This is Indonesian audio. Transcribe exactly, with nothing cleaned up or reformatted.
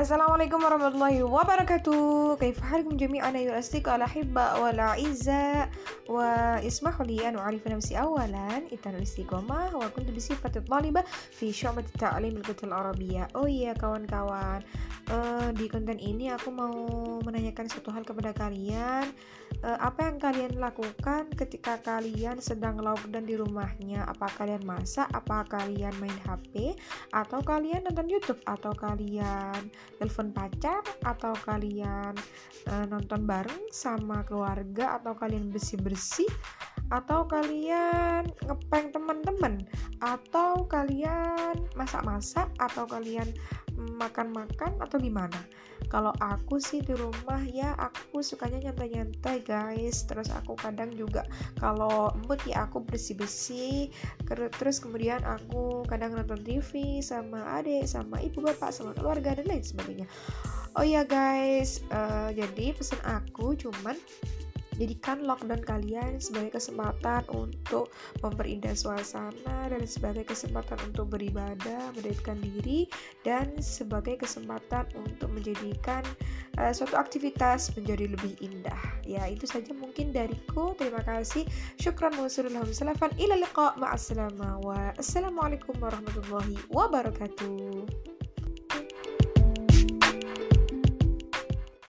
Assalamualaikum warahmatullahi wabarakatuh. كيف حالكم جميعا أيها الأصدقاء الأحباء والأعزاء واسمحوا لي أن أعرف نفسي أولا إنسان الاستقامة وكنت بصفة طالبة في شعبة التعليم اللغة العربية. Oh iya kawan-kawan, uh, di konten ini aku mau menanyakan satu hal kepada kalian. Uh, apa yang kalian lakukan ketika kalian sedang lockdown di rumahnya? Apa kalian masak? Apa kalian main H P? Atau kalian nonton YouTube? Atau kalian telepon pacar? Atau kalian uh, nonton bareng sama keluarga? Atau kalian bersih-bersih? Atau kalian ngeprank teman-teman? Atau kalian masak-masak? Atau kalian makan-makan? Atau gimana? Kalau aku sih di rumah ya aku sukanya nyantai-nyantai guys. Terus aku kadang juga kalau mood ya aku bersih-bersih. Terus kemudian aku kadang nonton T V sama adik, sama ibu bapak, sama keluarga dan lain sebagainya. Oh ya guys, uh, jadi pesan aku cuman jadikan lockdown kalian sebagai kesempatan untuk memperindah suasana dan sebagai kesempatan untuk beribadah, mendekatkan diri, dan sebagai kesempatan untuk menjadikan uh, suatu aktivitas menjadi lebih indah. Ya, itu saja mungkin dariku. Terima kasih. Syukran wa sallallahu salafan ila liqa ma'assalama wa assalamualaikum warahmatullahi wabarakatuh.